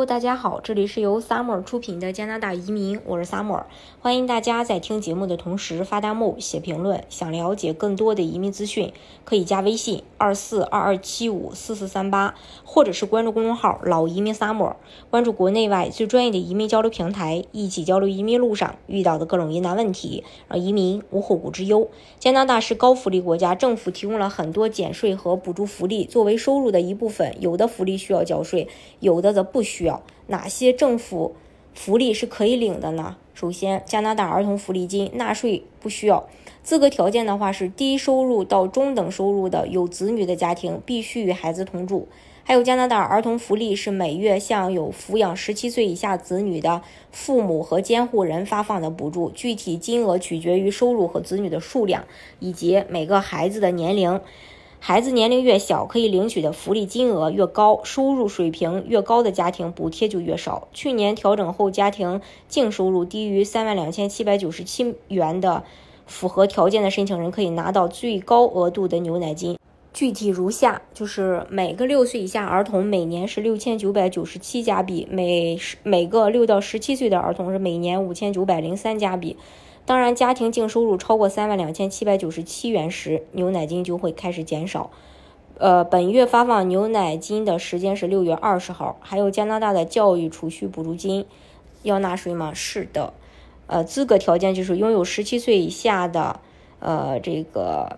Hello， 大家好，这里是由 Summer 出品的加拿大移民，我是 Summer， 欢迎大家在听节目的同时发弹幕、写评论。想了解更多的移民资讯，可以加微信2422754438，或者是关注公众号老移民 Summer， 关注国内外最专业的移民交流平台，一起交流移民路上遇到的各种疑难问题，让移民无后顾之忧。加拿大是高福利国家，政府提供了很多减税和补助福利，作为收入的一部分，有的福利需要缴税，有的则不需要。哪些政府福利是可以领的呢？首先，加拿大儿童福利金纳税不需要，资格条件的话是低收入到中等收入的有子女的家庭必须与孩子同住。还有加拿大儿童福利是每月向有抚养17岁以下子女的父母和监护人发放的补助，具体金额取决于收入和子女的数量以及每个孩子的年龄。孩子年龄越小，可以领取的福利金额越高，收入水平越高的家庭补贴就越少。去年调整后，家庭净收入低于32797元的符合条件的申请人可以拿到最高额度的牛奶金。具体如下，就是每个6岁以下儿童每年是6997加币，每个6到17岁的儿童是每年5903加币。当然，家庭净收入超过32797元时，牛奶金就会开始减少。本月发放牛奶金的时间是6月20号。还有加拿大的教育储蓄补助金要纳税吗？是的。资格条件就是拥有17岁以下的这个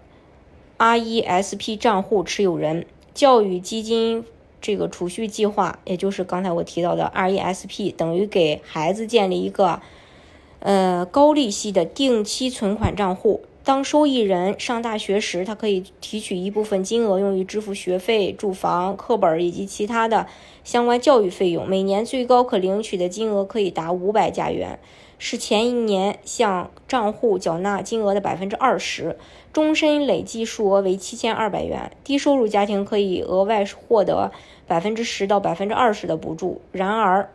RESP 账户持有人，教育基金这个储蓄计划，也就是刚才我提到的 RESP， 等于给孩子建立一个高利息的定期存款账户。当受益人上大学时，他可以提取一部分金额用于支付学费、住房、课本以及其他的相关教育费用，每年最高可领取的金额可以达500加元，是前一年向账户缴纳金额的 20%， 终身累计数额为7200元。低收入家庭可以额外获得 10% 到 20% 的补助。然而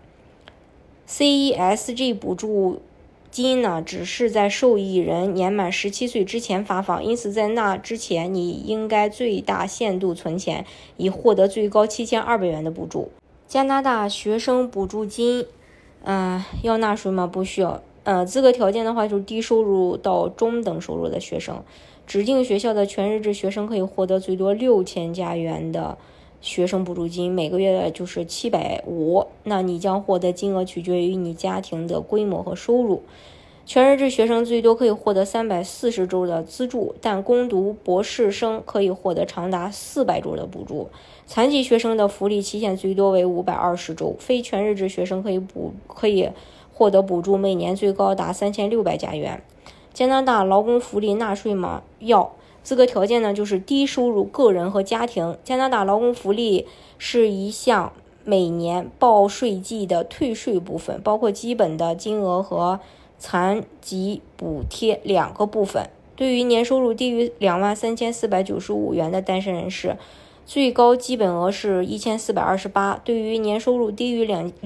CESG 补助金呢，只是在受益人年满17岁之前发放，因此在那之前你应该最大限度存钱，以获得最高7200元的补助。加拿大学生补助金要纳税吗？不需要。资格条件的话就是低收入到中等收入的学生，指定学校的全日制学生可以获得最多6000加元的学生补助金，每个月就是750，那你将获得金额取决于你家庭的规模和收入。全日制学生最多可以获得340周的资助，但攻读博士生可以获得长达400周的补助。残疾学生的福利期限最多为520周，非全日制学生可以获得补助，每年最高达3600加元。加拿大劳工福利纳税吗？要。资格条件呢，就是低收入个人和家庭。加拿大劳工福利是一项每年报税季的退税部分，包括基本的金额和残疾补贴2个部分。对于年收入低于23495元的单身人士，最高基本额是1428。对于年收入低于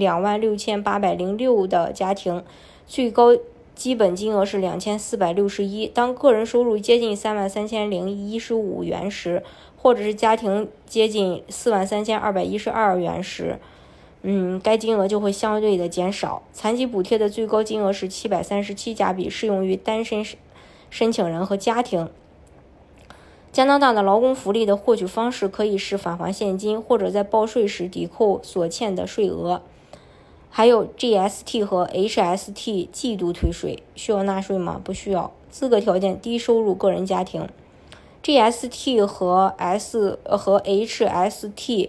26806的家庭，最高基本金额是2461。当个人收入接近33015元时，或者是家庭接近43212元时，该金额就会相对的减少。残疾补贴的最高金额是737加币，适用于单身申请人和家庭。加拿大的劳工福利的获取方式可以是返还现金，或者在报税时抵扣所欠的税额。还有 GST 和 HST 季度退税，需要纳税吗？不需要。资格条件低收入个人家庭。GST 和 HST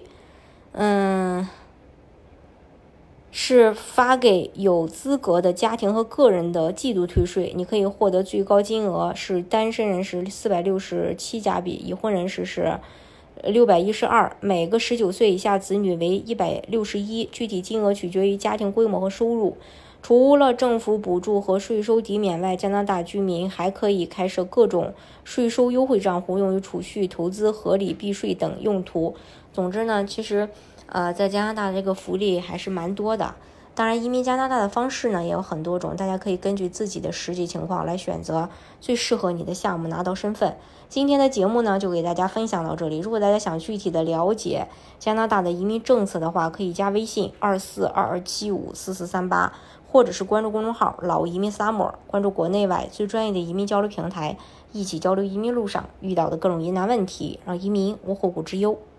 是发给有资格的家庭和个人的季度退税，你可以获得最高金额是单身人士467加币，已婚人士是612，每个19岁以下子女为161，具体金额取决于家庭规模和收入。除了政府补助和税收抵免外，加拿大居民还可以开设各种税收优惠账户，用于储蓄、投资、合理避税等用途。总之呢，其实在加拿大这个福利还是蛮多的。 当然，移民加拿大的方式呢也有很多种，大家可以根据自己的实际情况来选择最适合你的项目拿到身份。今天的节目呢就给大家分享到这里，如果大家想具体的了解加拿大的移民政策的话，可以加微信2422754438，或者是关注公众号老移民 Summer， 关注国内外最专业的移民交流平台，一起交流移民路上遇到的各种疑难问题，让移民无后顾之忧。